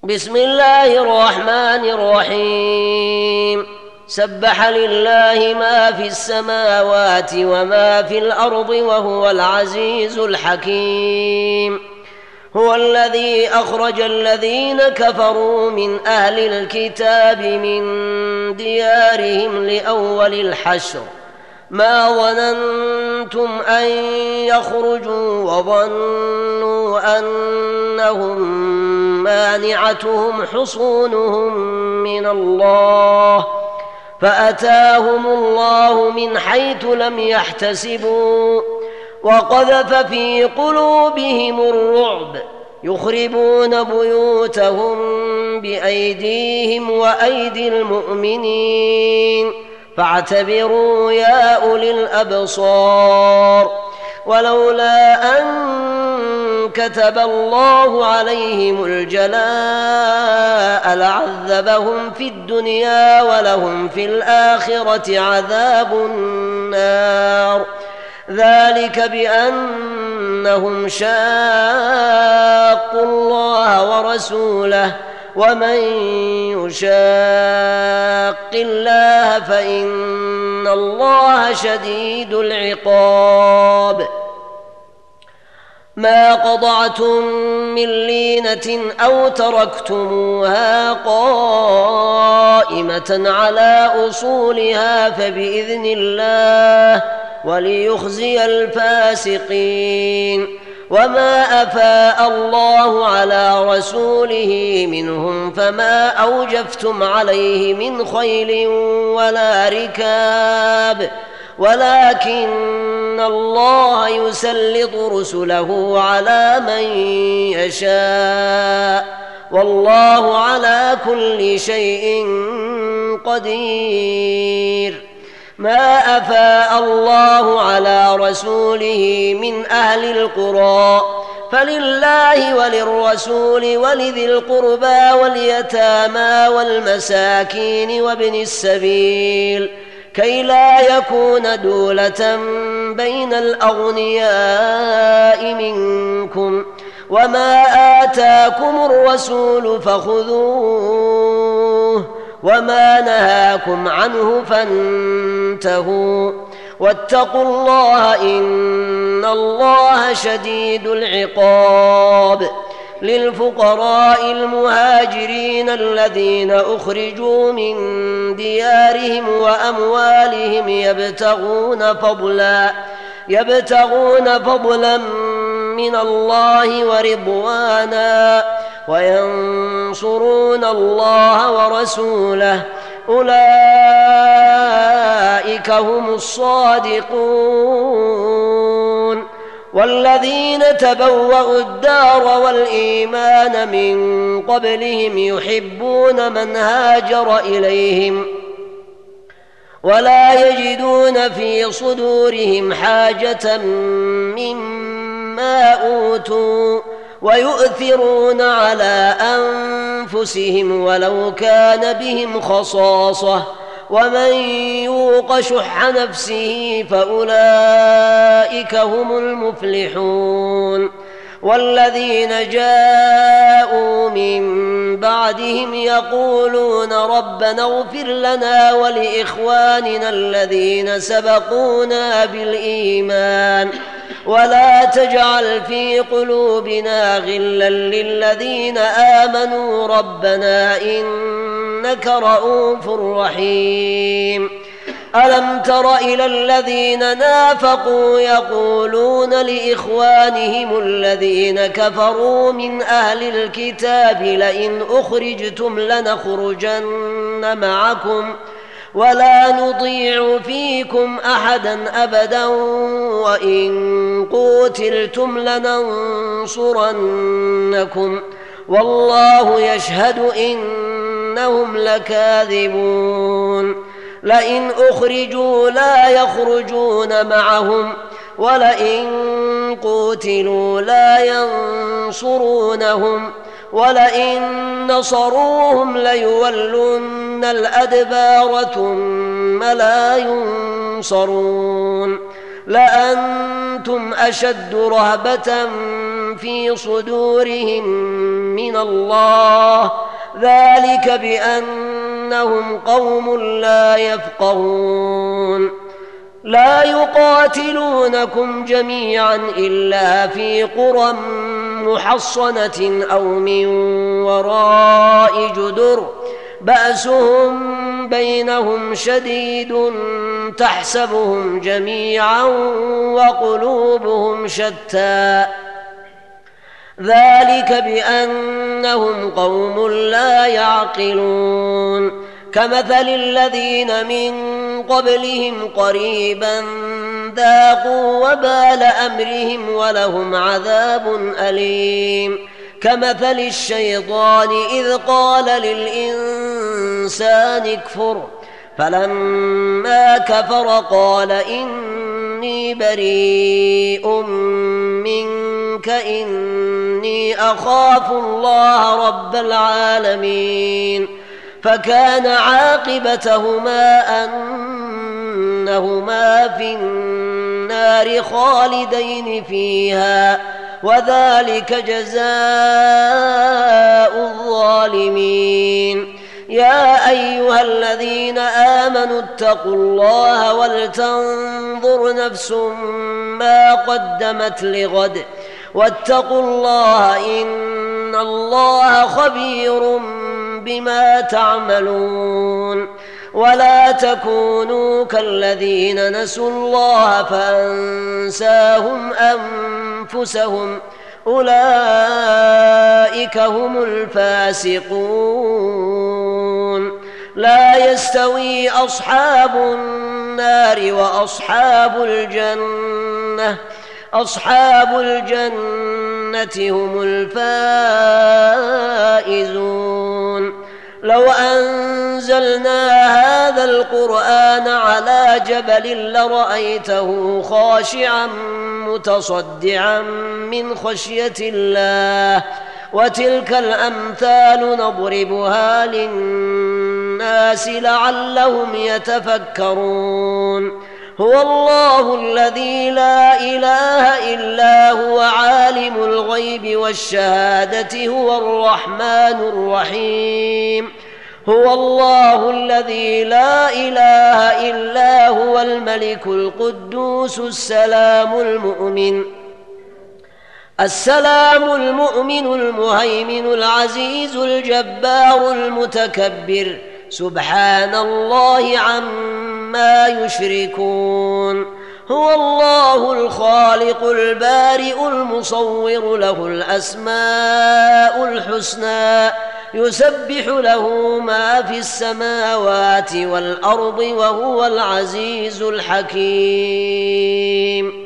بسم الله الرحمن الرحيم. سبح لله ما في السماوات وما في الأرض وهو العزيز الحكيم. هو الذي أخرج الذين كفروا من أهل الكتاب من ديارهم لأول الحشر ما ظننتم أن يخرجوا وظنوا أنهم مانعتهم حصونهم من الله فأتاهم الله من حيث لم يحتسبوا وقذف في قلوبهم الرعب يخربون بيوتهم بأيديهم وأيدي المؤمنين فاعتبروا يا أولي الأبصار. ولولا أن كتب الله عليهم الجلاء لعذبهم في الدنيا ولهم في الآخرة عذاب النار ذلك بأنهم شاقوا الله ورسوله ومن يشاق الله فإن الله شديد العقاب. ما قطعتم من لينة أو تركتموها قائمة على أصولها فبإذن الله وليخزي الفاسقين. وما أفاء الله على رسوله منهم فما أوجفتم عليه من خيل ولا ركاب ولكن الله يسلط رسله على من يشاء والله على كل شيء قدير. ما أفاء الله على رسوله من أهل القرى فلله وللرسول ولذي القربى واليتامى والمساكين وابن السبيل كي لا يكون دولة بين الأغنياء منكم وما آتاكم الرسول فخذوه وما نهاكم عنه فانتهوا واتقوا الله إن الله شديد العقاب. للفقراء المهاجرين الذين أخرجوا من ديارهم وأموالهم يبتغون فضلا من الله ورضوانا وينصرون الله ورسوله أولئك هم الصادقون. والذين تبوأوا الدار والإيمان من قبلهم يحبون من هاجر إليهم ولا يجدون في صدورهم حاجة مما أوتوا ويؤثرون على أنفسهم ولو كان بهم خصاصة ومن يوق شح نفسه فأولئك هم المفلحون. والذين جاءوا من بعدهم يقولون ربنا اغفر لنا ولإخواننا الذين سبقونا بالإيمان ولا تجعل في قلوبنا غلا للذين آمنوا ربنا إنك رؤوف رحيم. ألم تر إلى الذين نافقوا يقولون لإخوانهم الذين كفروا من أهل الكتاب لئن أخرجتم لنخرجن معكم ولا نطيع فيكم أحدا أبدا وإن قوتلتم لننصرنكم والله يشهد إنهم لكاذبون. لئن أخرجوا لا يخرجون معهم ولئن قوتلوا لا ينصرونهم ولئن نصروهم ليولن الأدبار ثم لا ينصرون. لأنتم أشد رهبة في صدورهم من الله ذلك بأنهم قوم لا يفقهون لا يقاتلونكم جميعا إلا في قرى محصنة أو من وراء جدر بأسهم بينهم شديد تحسبهم جميعا وقلوبهم شتى ذلك بأنهم قوم لا يعقلون كمثل الذين من قبلهم قريبا ذاقوا وبال أمرهم ولهم عذاب أليم كمثل الشيطان إذ قال للإنسان اكفر فلما كفر قال إني بريء منك إني أخاف الله رب العالمين فكان عاقبتهما أنهما في النار خالدين فيها وذلك جزاء الظالمين يا أيها الذين آمنوا اتقوا الله ولتنظر نفس ما قدمت لغد واتقوا الله إن الله خبير بما تعملون ولا تكونوا كالذين نسوا الله فأنساهم أنفسهم أولئك هم الفاسقون لا يستوي أصحاب النار وأصحاب الجنة أصحاب الجنة هم الفائزون لو أنزلنا هذا القرآن على جبل لرأيته خاشعا متصدعا من خشية الله وتلك الأمثال نضربها للناس لعلهم يتفكرون هو الله الذي لا إله إلا هو عالم الغيب والشهادة هو الرحمن الرحيم هو الله الذي لا إله إلا هو الملك القدوس السلام المؤمن المهيمن العزيز الجبار المتكبر سبحان الله عما يشركون هو الله الخالق البارئ المصور له الأسماء الحسنى يسبح له ما في السماوات والأرض وهو العزيز الحكيم